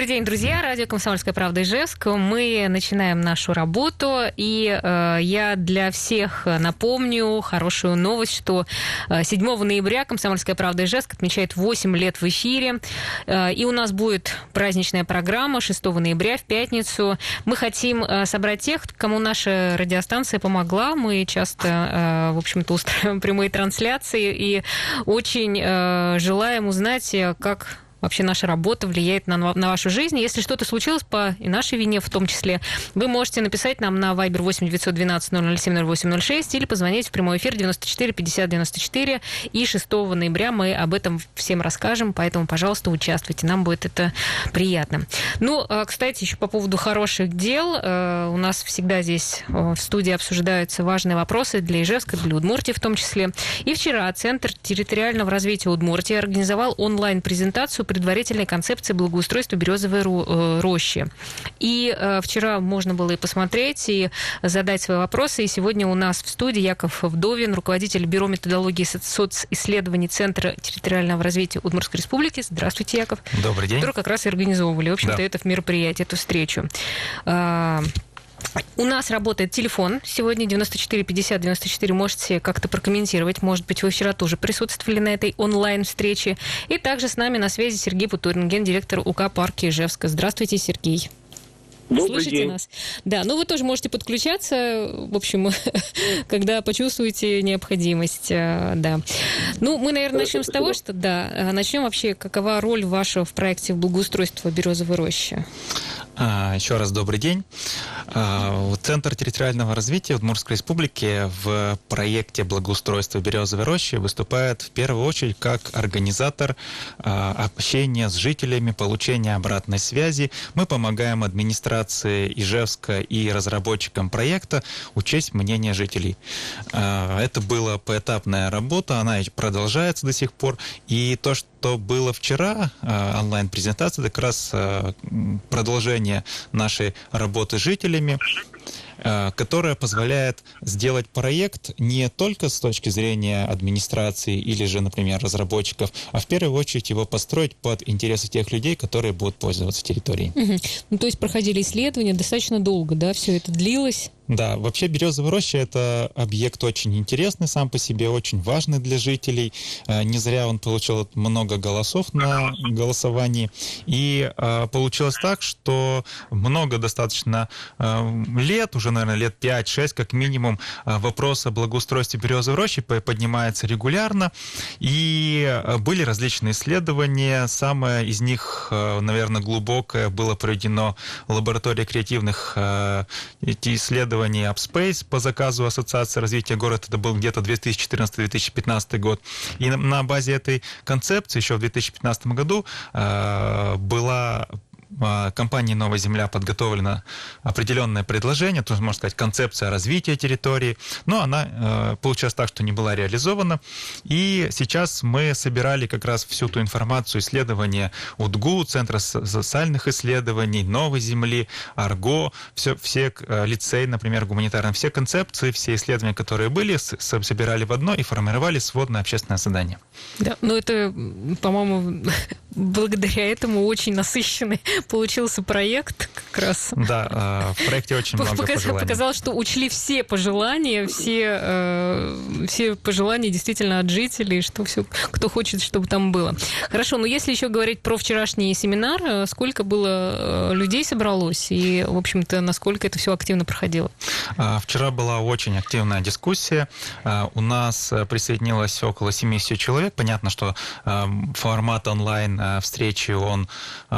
Добрый день, друзья. Радио «Комсомольская правда» Ижевск. Мы начинаем нашу работу. И я для всех напомню хорошую новость, что 7 ноября «Комсомольская правда» Ижевск отмечает 8 лет в эфире. И у нас будет праздничная программа 6 ноября в пятницу. Мы хотим собрать тех, кому наша радиостанция помогла. Мы часто, в общем-то, устраиваем прямые трансляции и очень желаем узнать, как вообще наша работа влияет на вашу жизнь. Если что-то случилось по и нашей вине в том числе, вы можете написать нам на Viber 8 912 007 0806 или позвонить в прямой эфир 94 50 94. И 6 ноября мы об этом всем расскажем, поэтому, пожалуйста, участвуйте. Нам будет это приятно. Ну, кстати, еще по поводу хороших дел. У нас всегда здесь в студии обсуждаются важные вопросы для Ижевска, для Удмуртии в том числе. И вчера Центр территориального развития Удмуртии организовал онлайн-презентацию предварительной концепции благоустройства березовой рощи. И вчера можно было и посмотреть, и задать свои вопросы. И сегодня у нас в студии Яков Вдовин, руководитель Бюро методологии и социсследований Центра территориального развития Удмуртской Республики. Здравствуйте, Яков. Добрый день. Который как раз и организовывали, в общем-то, это мероприятие, эту встречу. У нас работает телефон сегодня 94 50 94. Можете как-то прокомментировать. Может быть, вы вчера тоже присутствовали на этой онлайн-встрече. И также с нами на связи Сергей Бутурин, гендиректор УК «Парки Ижевска». Здравствуйте, Сергей. Добрый Слышите день. Нас? Да, ну вы тоже можете подключаться, в общем, когда почувствуете необходимость, да. Ну, мы, наверное, начнем с того, что, да, начнем вообще, какова роль ваша в проекте благоустройства березовой рощи? Еще раз добрый день. Центр территориального развития Удмуртской Республики в проекте благоустройства березовой рощи выступает в первую очередь как организатор общения с жителями, получения обратной связи. Мы помогаем администрации Ижевска и разработчикам проекта учесть мнение жителей. Это была поэтапная работа, она продолжается до сих пор. И то, что было вчера, онлайн-презентация, это как раз продолжение нашей работы с жителями, которая позволяет сделать проект не только с точки зрения администрации или же, например, разработчиков, а в первую очередь его построить под интересы тех людей, которые будут пользоваться территорией. Угу. Ну, то есть проходили исследования достаточно долго, да, все это длилось? Да, вообще березовая роща – это объект очень интересный сам по себе, очень важный для жителей. Не зря он получил много голосов на голосовании. И получилось так, что много достаточно лет, уже, наверное, лет 5-6 как минимум, вопрос о благоустройстве березовой рощи поднимается регулярно. И были различные исследования. Самое из них, наверное, глубокое было проведено лабораторией креативных исследований Upspace по заказу Ассоциации развития города. Это был где-то 2014-2015 год. И на базе этой концепции еще в 2015 году была компанией «Новая земля» подготовлено определенное предложение, то есть, можно сказать, концепция развития территории, но она получилась так, что не была реализована. И сейчас мы собирали как раз всю ту информацию, исследования УДГУ, Центра социальных исследований, «Новой земли», АРГО, все лицей, например, гуманитарные, все концепции, все исследования, которые были, собирали в одно и формировали сводное общественное задание. Да, ну это, по-моему, благодаря этому очень насыщенный получился проект как раз. Да, в проекте очень много пожеланий. Показалось, что учли все пожелания, все пожелания действительно от жителей, что все, кто хочет, чтобы там было. Хорошо, но если еще говорить про вчерашний семинар, сколько было людей собралось и, в общем-то, насколько это все активно проходило? Вчера была очень активная дискуссия. У нас присоединилось около 70 человек. Понятно, что формат онлайн-встречи, он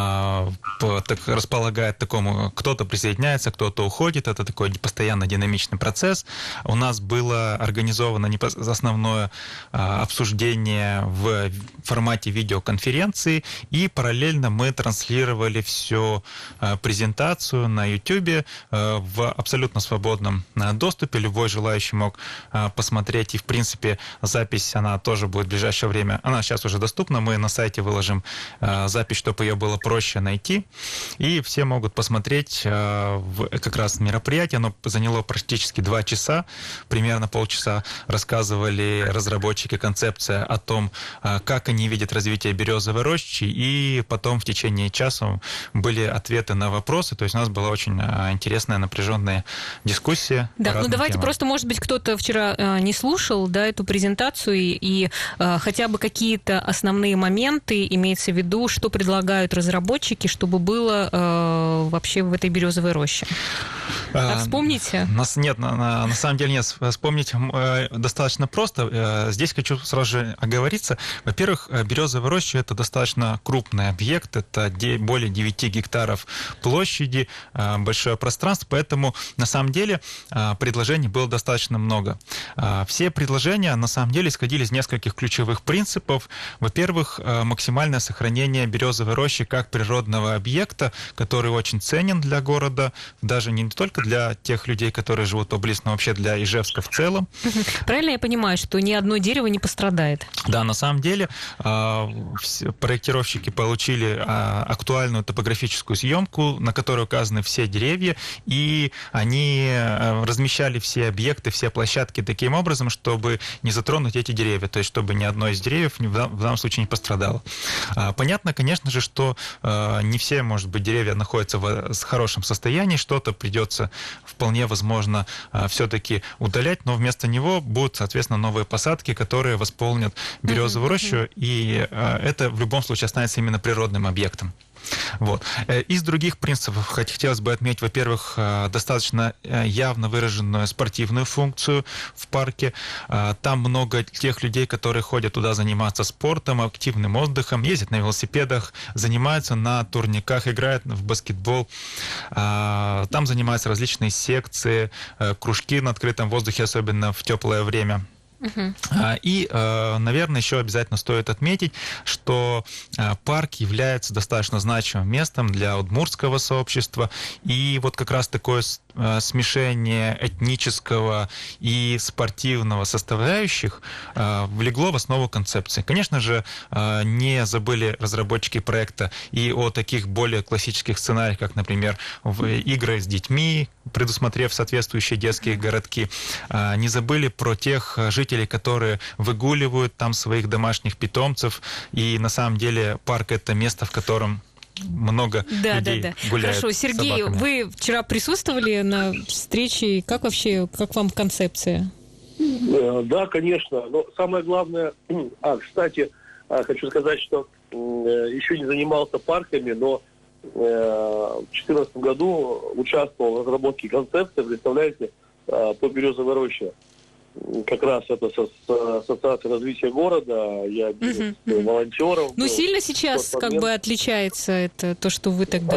располагает к такому, кто-то присоединяется, кто-то уходит, это такой постоянно динамичный процесс. У нас было организовано основное обсуждение в формате видеоконференции, и параллельно мы транслировали всю презентацию на YouTube в абсолютно свободном доступе. Любой желающий мог посмотреть, и, в принципе, запись, она тоже будет в ближайшее время, она сейчас уже доступна, мы на сайте выложим запись, чтобы ее было проще найти. И все могут посмотреть как раз мероприятие. Оно заняло практически 2 часа, примерно полчаса. Рассказывали разработчики концепция о том, как они видят развитие березовой рощи, и потом в течение часа были ответы на вопросы. То есть у нас была очень интересная, напряженная дискуссия. Да, ну давайте темам. просто, может быть, кто-то вчера не слушал, да, эту презентацию, и хотя бы какие-то основные моменты, имеется в виду, что предлагают разработчики, чтобы было вообще в этой березовой роще. Вспомните? Нет, на самом деле нет. Вспомнить достаточно просто. Здесь хочу сразу же оговориться. Во-первых, березовая роща – это достаточно крупный объект, это более 9 гектаров площади, большое пространство, поэтому на самом деле предложений было достаточно много. Все предложения на самом деле исходили из нескольких ключевых принципов. Во-первых, максимальное сохранение березовой рощи как природного объекта, который очень ценен для города, даже не только для тех людей, которые живут поблизости, но вообще для Ижевска в целом. Правильно я понимаю, что ни одно дерево не пострадает? Да, на самом деле проектировщики получили актуальную топографическую съемку, на которой указаны все деревья, и они размещали все объекты, все площадки таким образом, чтобы не затронуть эти деревья, то есть чтобы ни одно из деревьев в данном случае не пострадало. Понятно, конечно же, что не все, может быть, деревья находятся в хорошем состоянии, что-то придется вполне возможно все-таки удалять, но вместо него будут, соответственно, новые посадки, которые восполнят березовую рощу, и это в любом случае останется именно природным объектом. Вот. Из других принципов хотелось бы отметить, во-первых, достаточно явно выраженную спортивную функцию в парке. Там много тех людей, которые ходят туда заниматься спортом, активным отдыхом, ездят на велосипедах, занимаются на турниках, играют в баскетбол. Там занимаются различные секции, кружки на открытом воздухе, особенно в теплое время. И, наверное, еще обязательно стоит отметить, что парк является достаточно значимым местом для удмуртского сообщества, и вот как раз такое смешение этнического и спортивного составляющих влегло в основу концепции. Конечно же, не забыли разработчики проекта и о таких более классических сценариях, как, например, игры с детьми, предусмотрев соответствующие детские городки. Не забыли про тех жителей, которые выгуливают там своих домашних питомцев, и на самом деле парк — это место, в котором много людей гуляют. Хорошо, Сергей, вы вчера присутствовали на встрече, как вам концепция? Да, конечно, но самое главное, кстати, хочу сказать, что еще не занимался парками, но в 2014 году участвовал в разработке концепции, представляете, по березовой роще. Как раз это с Ассоциацией развития города, я волонтером. Ну, сильно сейчас как бы отличается это, то, что вы тогда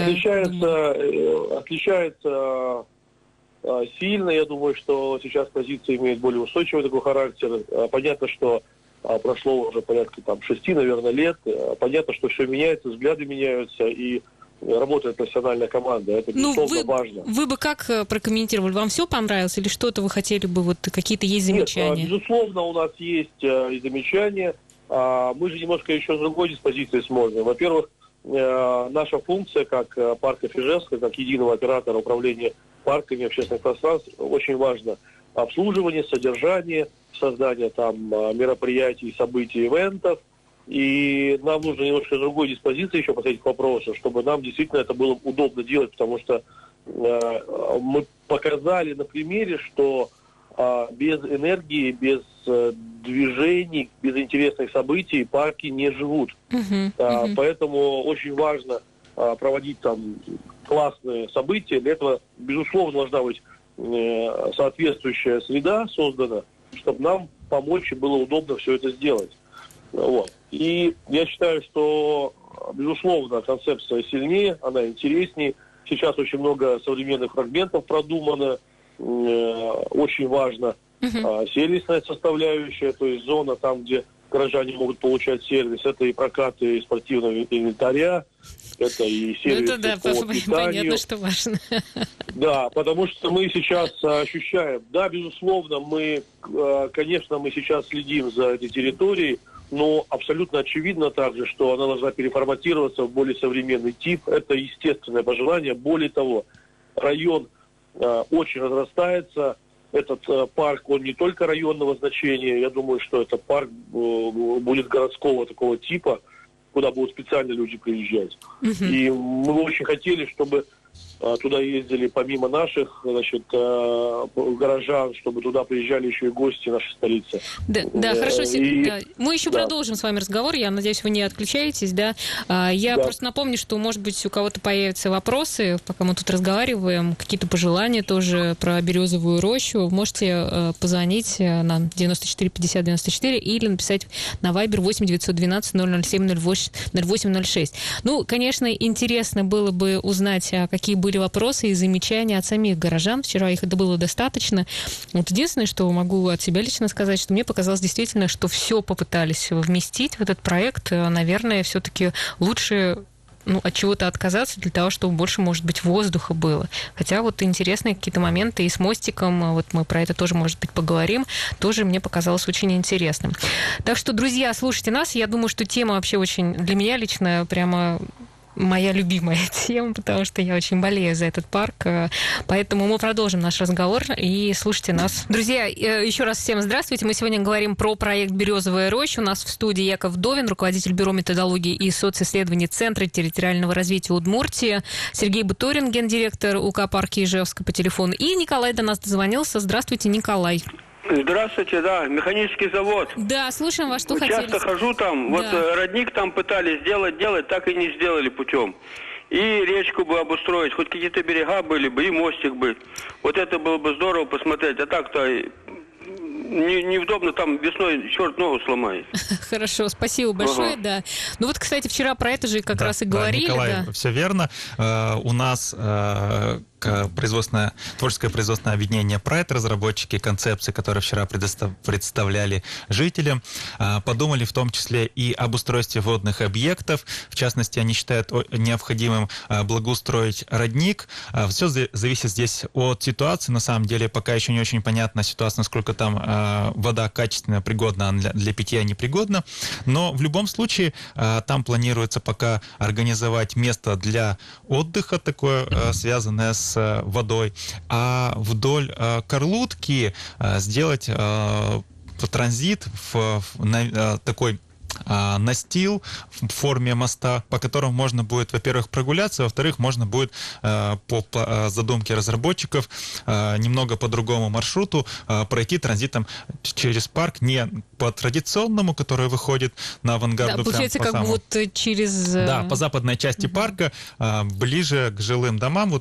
Отличается сильно. Я думаю, что сейчас позиция имеет более устойчивый такой характер. Понятно, что прошло уже порядка 6, наверное, лет. Понятно, что все меняется, взгляды меняются, и работает профессиональная команда. Это, безусловно, важно. Вы бы как прокомментировали? Вам все понравилось или что-то вы хотели бы, какие-то есть замечания? Нет, безусловно, у нас есть и замечания. Мы же немножко еще с другой диспозиции смотрим. Во-первых, наша функция как парка Ижевска, как единого оператора управления парками общественных пространств, очень важно. Обслуживание, содержание, создание мероприятий, событий, ивентов. И нам нужно немножко с другой диспозиции еще подходить к вопросу, чтобы нам действительно это было удобно делать, потому что мы показали на примере, что без энергии, без движений, без интересных событий парки не живут. Поэтому очень важно проводить классные события. Для этого, безусловно, должна быть соответствующая среда создана, чтобы нам помочь и было удобно все это сделать. Вот. И я считаю, что, безусловно, концепция сильнее, она интереснее. Сейчас очень много современных фрагментов продумано. Очень важно сервисная составляющая, то есть зона там, где горожане могут получать сервис. Это и прокаты и спортивного инвентаря, это и сервис по питанию. Понятно, что важно. Да, потому что мы сейчас ощущаем, да, безусловно, мы сейчас следим за этой территорией. но абсолютно очевидно также, что она должна переформатироваться в более современный тип. Это естественное пожелание. Более того, район очень разрастается. Этот парк, он не только районного значения. Я думаю, что это парк будет городского такого типа, куда будут специально люди приезжать. И мы очень хотели, чтобы туда ездили помимо наших, значит, горожан, чтобы туда приезжали еще и гости нашей столицы. Да, хорошо. Да. Мы еще продолжим с вами разговор. Я надеюсь, вы не отключаетесь, да? Я просто напомню, что, может быть, у кого-то появятся вопросы, пока мы тут разговариваем, какие-то пожелания тоже про Березовую рощу. Можете позвонить нам 94 50 94 или написать на Viber 8 912 007 0806. Ну, конечно, интересно было бы узнать, какие были вопросы и замечания от самих горожан. Вчера их это было достаточно. Вот единственное, что могу от себя лично сказать, что мне показалось действительно, что все попытались вместить в этот проект. Наверное, все-таки лучше от чего-то отказаться для того, чтобы больше, может быть, воздуха было. Хотя вот интересные какие-то моменты и с мостиком, вот мы про это тоже, может быть, поговорим, тоже мне показалось очень интересным. Так что, друзья, слушайте нас. Я думаю, что тема вообще очень для меня лично прямо моя любимая тема, потому что я очень болею за этот парк. Поэтому мы продолжим наш разговор и слушайте нас. Друзья, еще раз всем здравствуйте. Мы сегодня говорим про проект «Березовая роща». У нас в студии Яков Довин, руководитель бюро методологии и социсследований Центра территориального развития Удмуртии, Сергей Буторин, гендиректор УК «Парки Ижевска» по телефону. И Николай до нас дозвонился. Здравствуйте, Николай. Здравствуйте, да, механический завод. Да, слушаем вас, что хотели. Часто хожу там, вот родник там пытались делать, так и не сделали путем. И речку бы обустроить, хоть какие-то берега были бы, и мостик бы. Вот это было бы здорово посмотреть, а так-то неудобно, там весной черт ногу сломает. Хорошо, спасибо большое, да. Ну вот, кстати, вчера про это же как раз и говорили. Николай, все верно. У нас творческое производственное объединение «Прайд», разработчики концепции, которые вчера представляли жителям, подумали в том числе и об устройстве водных объектов. В частности, они считают необходимым благоустроить родник. Все зависит здесь от ситуации. На самом деле, пока еще не очень понятна ситуация, насколько там вода качественная, пригодна, для питья непригодна. Но в любом случае, там планируется пока организовать место для отдыха, такое связанное с водой, а вдоль Карлутки сделать транзит такой настил в форме моста, по которому можно будет, во-первых, прогуляться, во-вторых, можно будет по задумке разработчиков немного по другому маршруту пройти транзитом через парк, не по традиционному, который выходит на авангарду. Да, получается, как вот через... Да, по западной части парка, ближе к жилым домам,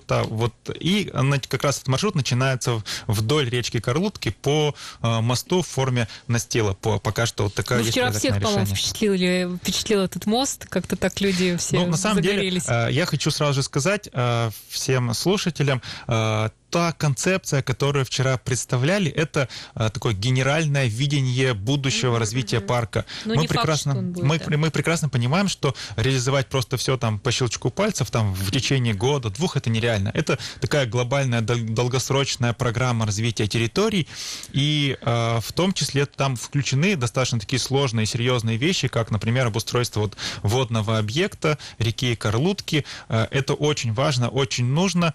и как раз этот маршрут начинается вдоль речки Карлутки по мосту в форме настила. Пока что вот такая есть проектное решение. Впечатлил этот мост, как-то так люди все на самом загорелись. Деле, я хочу сразу же сказать всем слушателям, та концепция, которую вчера представляли, это такое генеральное видение будущего развития парка. Мы прекрасно понимаем, что реализовать просто все там по щелчку пальцев там в течение года-двух это нереально. Это такая глобальная долгосрочная программа развития территорий, и в том числе там включены достаточно такие сложные и серьезные вещи, как, например, обустройство водного объекта реки Карлутки. Это очень важно, очень нужно.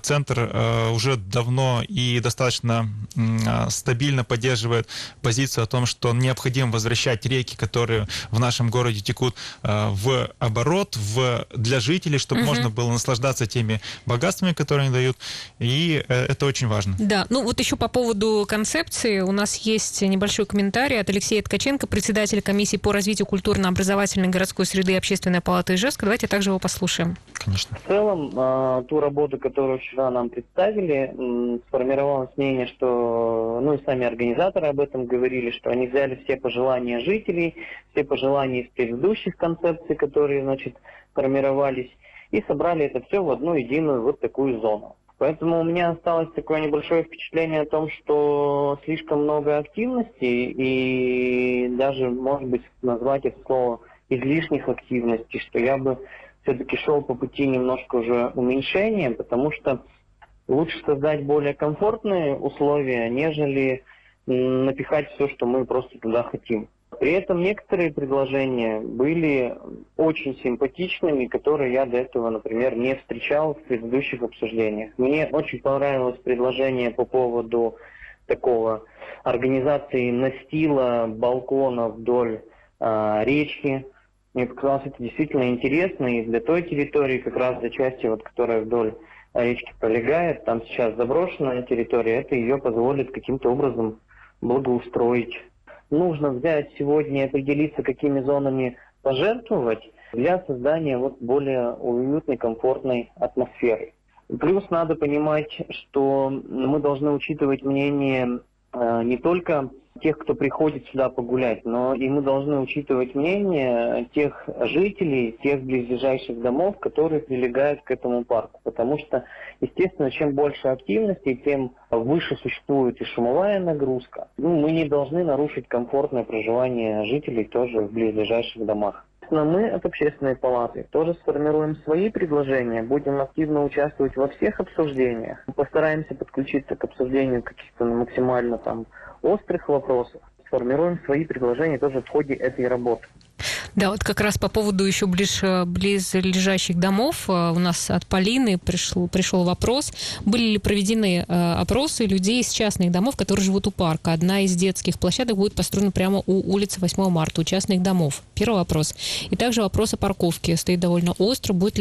Центр уже давно и достаточно стабильно поддерживает позицию о том, что необходимо возвращать реки, которые в нашем городе текут, в оборот для жителей, чтобы можно было наслаждаться теми богатствами, которые они дают, и это очень важно. Да, вот еще по поводу концепции у нас есть небольшой комментарий от Алексея Ткаченко, председателя комиссии по развитию культурно-образовательной городской среды и общественной палаты Ижевска. Давайте также его послушаем. Конечно. В целом, ту работу, которую вчера нам представили, сформировалось мнение, что, и сами организаторы об этом говорили, что они взяли все пожелания жителей, все пожелания из предыдущих концепций, которые, формировались, и собрали это все в одну единую вот такую зону. Поэтому у меня осталось такое небольшое впечатление о том, что слишком много активностей, и даже, может быть, назвать это слово излишних активностей, что я бы все-таки шел по пути немножко уже уменьшения, потому что лучше создать более комфортные условия, нежели напихать все, что мы просто туда хотим. При этом некоторые предложения были очень симпатичными, которые я до этого, например, не встречал в предыдущих обсуждениях. Мне очень понравилось предложение по поводу такого организации настила балкона вдоль речки. Мне показалось это действительно интересно, и для той территории, как раз для части, вот, которая вдоль речки пролегает, там сейчас заброшенная территория, это ее позволит каким-то образом благоустроить. Нужно взять сегодня и определиться, какими зонами пожертвовать для создания вот более уютной, комфортной атмосферы. Плюс надо понимать, что мы должны учитывать мнение не только тех, кто приходит сюда погулять, но и мы должны учитывать мнение тех жителей, тех близлежащих домов, которые прилегают к этому парку. Потому что, естественно, чем больше активности, тем выше существует и шумовая нагрузка. Мы не должны нарушить комфортное проживание жителей тоже в близлежащих домах. Мы от общественной палаты тоже сформируем свои предложения, будем активно участвовать во всех обсуждениях, постараемся подключиться к обсуждению каких-то максимально острых вопросов, сформируем свои предложения тоже в ходе этой работы. Да, вот как раз по поводу еще близлежащих домов у нас от Полины пришел вопрос. Были ли проведены опросы людей из частных домов, которые живут у парка? Одна из детских площадок будет построена прямо у улицы 8 марта, у частных домов. Первый вопрос. И также вопрос о парковке. Стоит довольно остро. Будут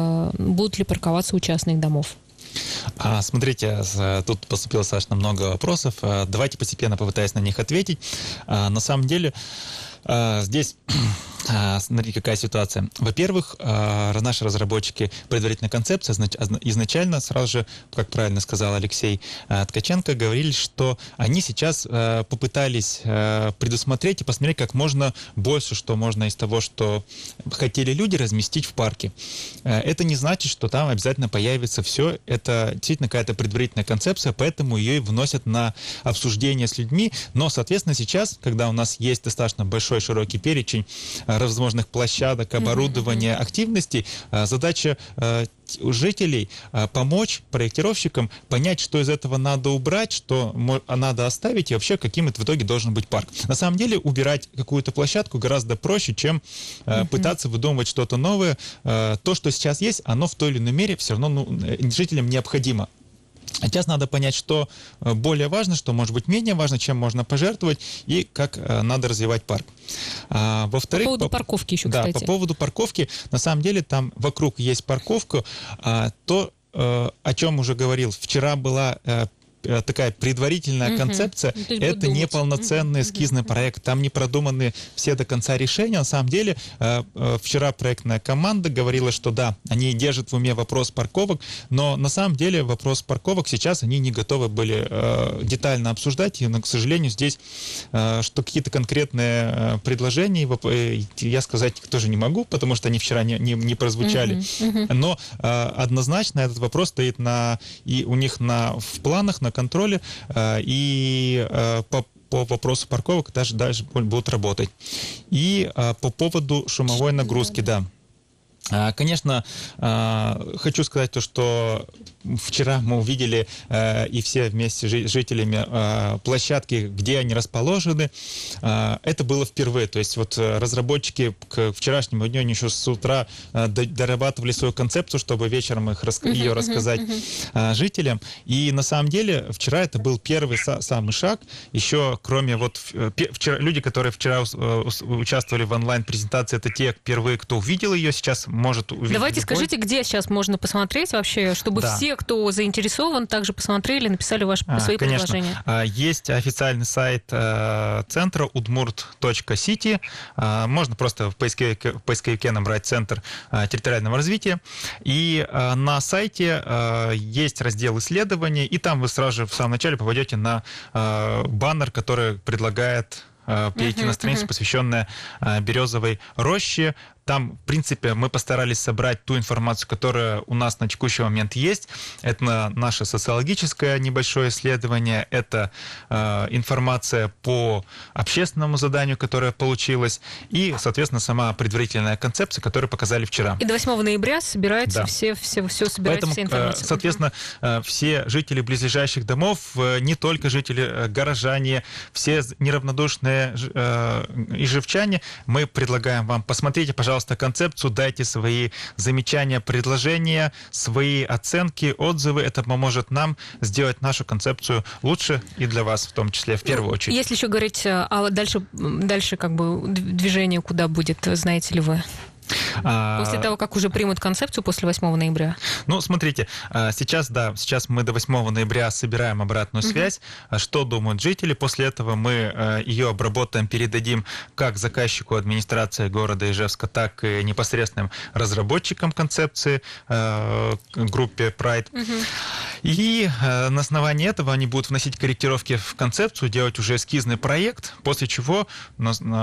ли парковаться у частных домов? Смотрите, тут поступило достаточно много вопросов. Давайте постепенно попытаюсь на них ответить. На самом деле, здесь, смотрите, какая ситуация. Во-первых, наши разработчики предварительной концепции изначально сразу же, как правильно сказал Алексей Ткаченко, говорили, что они сейчас попытались предусмотреть и посмотреть как можно больше, что можно из того, что хотели люди, разместить в парке. Это не значит, что там обязательно появится все. Это действительно какая-то предварительная концепция, поэтому ее и вносят на обсуждение с людьми. Но, соответственно, сейчас, когда у нас есть достаточно большой широкий перечень возможных площадок, оборудования, активностей, задача у жителей помочь проектировщикам понять, что из этого надо убрать, что надо оставить и вообще каким это в итоге должен быть парк. На самом деле убирать какую-то площадку гораздо проще, чем пытаться выдумывать что-то новое. То, что сейчас есть, оно в той или иной мере все равно жителям необходимо. Сейчас надо понять, что более важно, что может быть менее важно, чем можно пожертвовать и как надо развивать парк. Во-вторых, по поводу парковки еще, кстати. Да, по поводу парковки, на самом деле там вокруг есть парковка. То, о чем уже говорил, вчера была такая предварительная концепция, это не полноценный эскизный проект, там не продуманы все до конца решения. На самом деле, вчера проектная команда говорила, что да, они держат в уме вопрос парковок, но на самом деле вопрос парковок сейчас они не готовы были детально обсуждать, и, к сожалению, здесь что какие-то конкретные предложения я сказать тоже не могу, потому что они вчера не прозвучали, но однозначно этот вопрос стоит и у них в планах, на контроле, и по вопросу парковок дальше будут работать. И по поводу шумовой нагрузки, да. Конечно, хочу сказать то, что вчера мы увидели и все вместе с жителями площадки, где они расположены. Это было впервые. То есть вот разработчики к вчерашнему дню, они еще с утра дорабатывали свою концепцию, чтобы вечером ее рассказать жителям. И на самом деле вчера это был первый самый шаг. Еще кроме люди, которые вчера участвовали в онлайн-презентации, это те впервые, кто увидел ее, сейчас может увидеть. Давайте скажите, где сейчас можно посмотреть вообще, чтобы все, кто заинтересован, также посмотрели, написали свои предложения. Есть официальный сайт центра udmurt.city. Можно просто в поисковике набрать Центр территориального развития. И на сайте есть раздел исследований, и там вы сразу же в самом начале попадете на баннер, который предлагает перейти на страницу, посвященную Березовой роще. Там, в принципе, мы постарались собрать ту информацию, которая у нас на текущий момент есть. Это наше социологическое небольшое исследование, это информация по общественному заданию, которое получилось, и, соответственно, сама предварительная концепция, которую показали вчера. И до 8 ноября собираются все собираются, поэтому, вся информация. Соответственно, все жители близлежащих домов, не только жители, горожане, все неравнодушные ижевчане, мы предлагаем вам, посмотрите, пожалуйста, концепцию, дайте свои замечания, предложения, свои оценки, отзывы. Это поможет нам сделать нашу концепцию лучше и для вас в том числе, в первую очередь. Если еще говорить, а дальше как бы движение куда будет, знаете ли вы? После того, как уже примут концепцию после 8 ноября? Ну, смотрите, сейчас мы до 8 ноября собираем обратную связь, что думают жители. После этого мы ее обработаем, передадим как заказчику администрации города Ижевска, так и непосредственным разработчикам концепции, группе Pride. И на основании этого они будут вносить корректировки в концепцию, делать уже эскизный проект, после чего в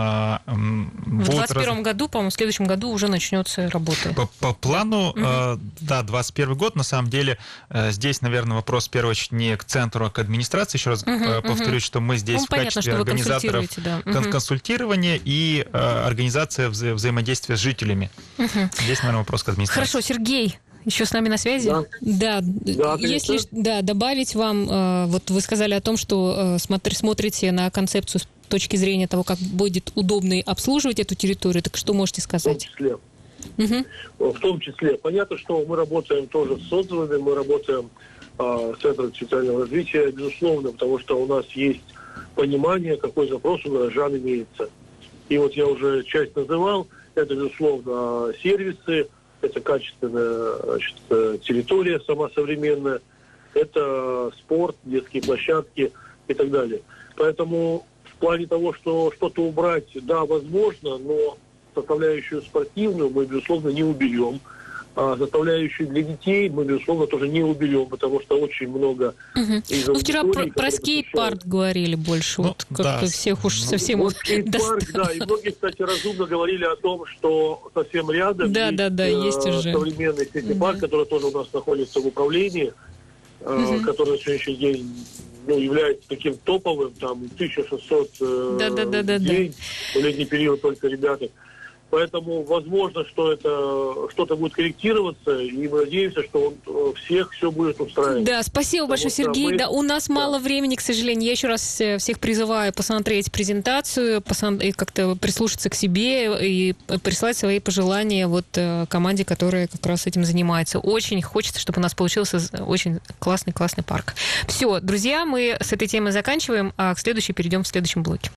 2021 году, по-моему, в следующем году уже начнется работа. По плану, да, 2021 год, на самом деле, здесь, наверное, вопрос, в первую очередь, не к центру, а к администрации. Еще раз повторюсь, что мы здесь в качестве организаторов консультирования и организация взаимодействия с жителями. Здесь, наверное, вопрос к администрации. Хорошо, Сергей. Еще с нами на связи? Да. Если добавить вам, вот вы сказали о том, что смотрите на концепцию с точки зрения того, как будет удобно обслуживать эту территорию, так что можете сказать? В том числе. Понятно, что мы работаем тоже с отзывами, мы работаем с Центром социального развития, безусловно, потому что у нас есть понимание, какой запрос у горожан имеется. И вот я уже часть называл, это, безусловно, сервисы, это качественная, значит, территория сама современная, это спорт, детские площадки и так далее. Поэтому в плане того, что что-то убрать, да, возможно, но составляющую спортивную мы, безусловно, не уберем. А составляющую для детей мы, безусловно, тоже не уберем, потому что очень много... Вчера про скейт-парк говорили больше, вот как-то всех уж совсем... Вот скейт-парк, да, и многие, кстати, разумно говорили о том, что совсем рядом есть современный скейт-парк, который тоже у нас находится в управлении, который на сегодняшний день является таким топовым, там 1600 день, в летний период только ребята. Поэтому возможно, что это что-то будет корректироваться, и мы надеемся, что всех все будет устраивать. Да, спасибо большое, Сергей. У нас мало времени, к сожалению. Я еще раз всех призываю посмотреть презентацию, и как-то прислушаться к себе и прислать свои пожелания команде, которая как раз этим занимается. Очень хочется, чтобы у нас получился очень классный парк. Все, друзья, мы с этой темой заканчиваем, а к следующей перейдем в следующем блоке.